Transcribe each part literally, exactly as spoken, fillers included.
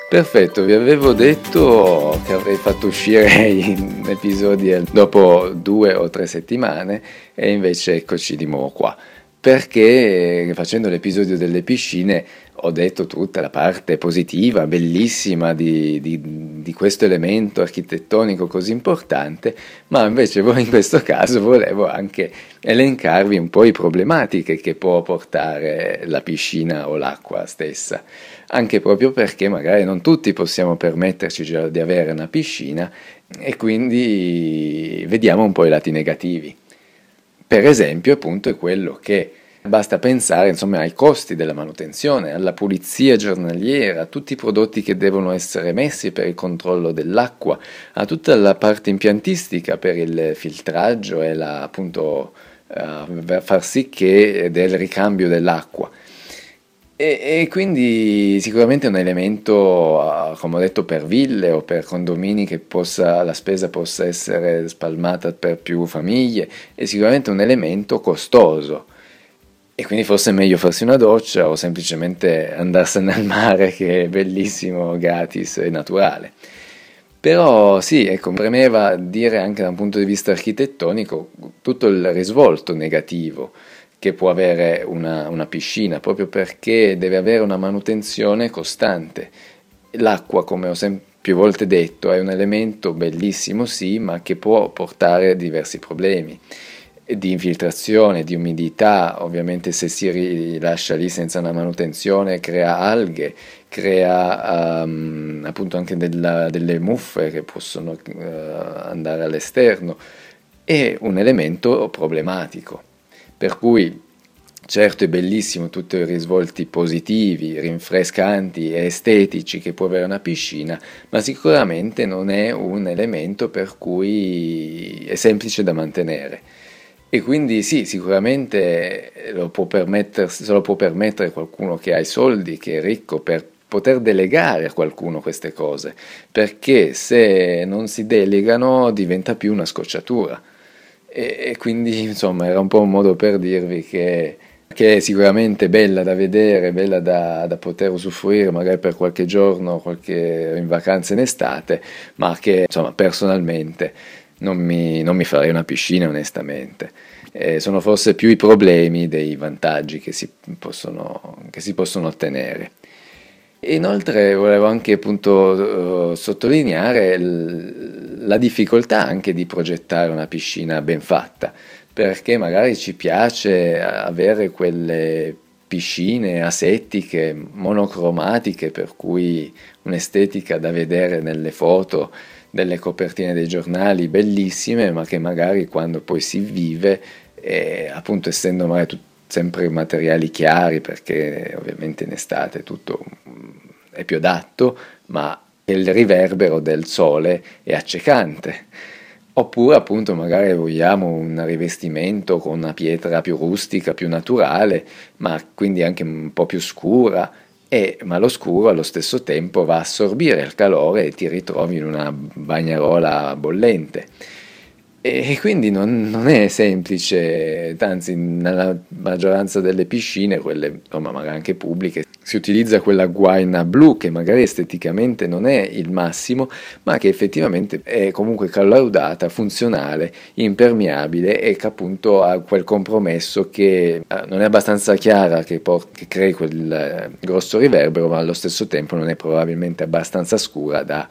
Perfetto, vi avevo detto che avrei fatto uscire in episodi dopo due o tre settimane e invece eccoci di nuovo qua, perché facendo l'episodio delle piscine ho detto tutta la parte positiva, bellissima di, di, di questo elemento architettonico così importante, ma invece voi in questo caso volevo anche elencarvi un po' le problematiche che può portare la piscina o l'acqua stessa, anche proprio perché magari non tutti possiamo permetterci già di avere una piscina e quindi vediamo un po' i lati negativi. Per esempio, appunto, è quello che basta pensare, insomma, ai costi della manutenzione, alla pulizia giornaliera, a tutti i prodotti che devono essere messi per il controllo dell'acqua, a tutta la parte impiantistica per il filtraggio e la, appunto uh, far sì che del ricambio dell'acqua. E, e quindi sicuramente è un elemento, uh, come ho detto, per ville o per condomini che possa, la spesa possa essere spalmata per più famiglie, è sicuramente un elemento costoso. E quindi forse è meglio farsi una doccia o semplicemente andarsene al mare, che è bellissimo, gratis e naturale. Però sì, ecco, mi premeva dire anche da un punto di vista architettonico tutto il risvolto negativo che può avere una, una piscina, proprio perché deve avere una manutenzione costante. L'acqua, come ho sempre più volte detto, è un elemento bellissimo, sì, ma che può portare diversi problemi di infiltrazione, di umidità. Ovviamente se si rilascia lì senza una manutenzione crea alghe, crea um, appunto anche della, delle muffe che possono uh, andare all'esterno, è un elemento problematico, per cui certo è bellissimo tutti i risvolti positivi, rinfrescanti e estetici che può avere una piscina, ma sicuramente non è un elemento per cui è semplice da mantenere. E quindi sì, sicuramente lo può permettersi, se lo può permettere qualcuno che ha i soldi, che è ricco, per poter delegare a qualcuno queste cose, perché se non si delegano diventa più una scocciatura. E, e quindi insomma era un po' un modo per dirvi che, che è sicuramente bella da vedere, bella da, da poter usufruire magari per qualche giorno, qualche, in vacanza in estate, ma che insomma personalmente non mi, non mi farei una piscina onestamente. Eh, sono forse più i problemi dei vantaggi che si possono, che si possono ottenere. Inoltre volevo anche appunto uh, sottolineare l- la difficoltà anche di progettare una piscina ben fatta, perché magari ci piace avere quelle piscine asettiche, monocromatiche, per cui un'estetica da vedere nelle foto delle copertine dei giornali bellissime, ma che magari quando poi si vive, eh, appunto essendo magari tut- sempre materiali chiari, perché ovviamente in estate tutto è più adatto, ma il riverbero del sole è accecante. Oppure appunto magari vogliamo un rivestimento con una pietra più rustica, più naturale, ma quindi anche un po' più scura, e, ma lo scuro allo stesso tempo va a assorbire il calore e ti ritrovi in una bagnarola bollente. E quindi non, non è semplice, anzi nella maggioranza delle piscine, quelle insomma magari anche pubbliche, si utilizza quella guaina blu che magari esteticamente non è il massimo, ma che effettivamente è comunque collaudata, funzionale, impermeabile e che appunto ha quel compromesso che eh, non è abbastanza chiara, che, por- che crei quel eh, grosso riverbero, ma allo stesso tempo non è probabilmente abbastanza scura da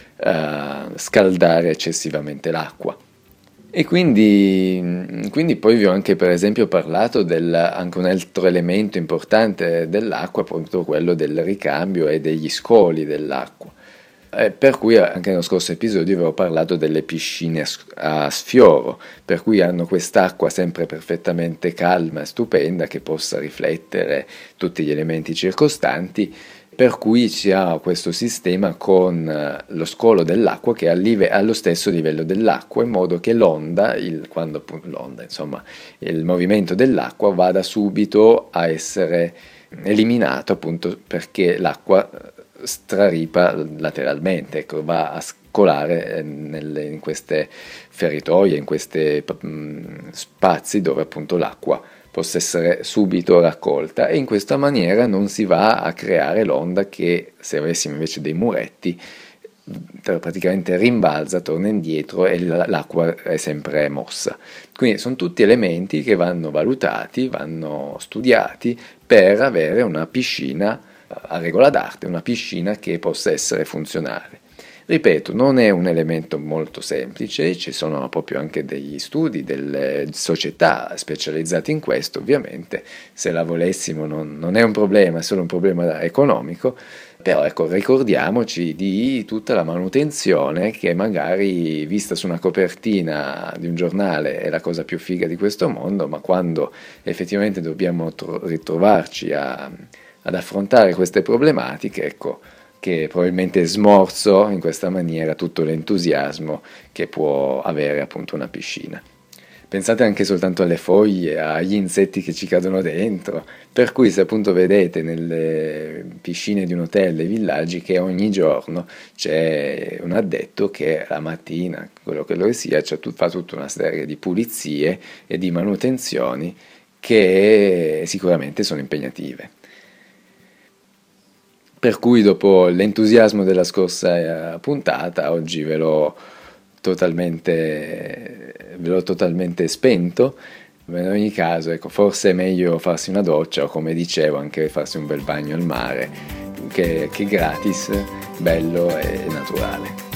eh, scaldare eccessivamente l'acqua. E quindi, quindi poi vi ho anche per esempio parlato del, anche un altro elemento importante dell'acqua, proprio quello del ricambio e degli scoli dell'acqua. Eh, per cui anche nello scorso episodio avevo parlato delle piscine a sfioro, per cui hanno quest'acqua sempre perfettamente calma e stupenda che possa riflettere tutti gli elementi circostanti, per cui si ha questo sistema con lo scolo dell'acqua che è allo stesso livello dell'acqua, in modo che l'onda, il, quando l'onda, insomma, il movimento dell'acqua vada subito a essere eliminato, appunto perché l'acqua straripa lateralmente, ecco, va a scolare nelle, in queste feritoie, in questi spazi dove appunto l'acqua possa essere subito raccolta, e in questa maniera non si va a creare l'onda che, se avessimo invece dei muretti, praticamente rimbalza, torna indietro e l'acqua è sempre mossa. Quindi sono tutti elementi che vanno valutati, vanno studiati per avere una piscina a regola d'arte, una piscina che possa essere funzionale. Ripeto, non è un elemento molto semplice, ci sono proprio anche degli studi, delle società specializzate in questo, ovviamente se la volessimo non, non è un problema, è solo un problema economico, però ecco, ricordiamoci di tutta la manutenzione che magari vista su una copertina di un giornale è la cosa più figa di questo mondo, ma quando effettivamente dobbiamo tro- ritrovarci a, ad affrontare queste problematiche, ecco, che probabilmente smorzo in questa maniera tutto l'entusiasmo che può avere appunto una piscina. Pensate anche soltanto alle foglie, agli insetti che ci cadono dentro, per cui se appunto vedete nelle piscine di un hotel, dei villaggi, che ogni giorno c'è un addetto che la mattina, quello che lo sia, cioè, fa tutta una serie di pulizie e di manutenzioni che sicuramente sono impegnative. Per cui dopo l'entusiasmo della scorsa puntata, oggi ve l'ho totalmente, ve l'ho totalmente spento. In ogni caso, ecco, forse è meglio farsi una doccia o, come dicevo, anche farsi un bel bagno al mare, che, che gratis, bello e naturale.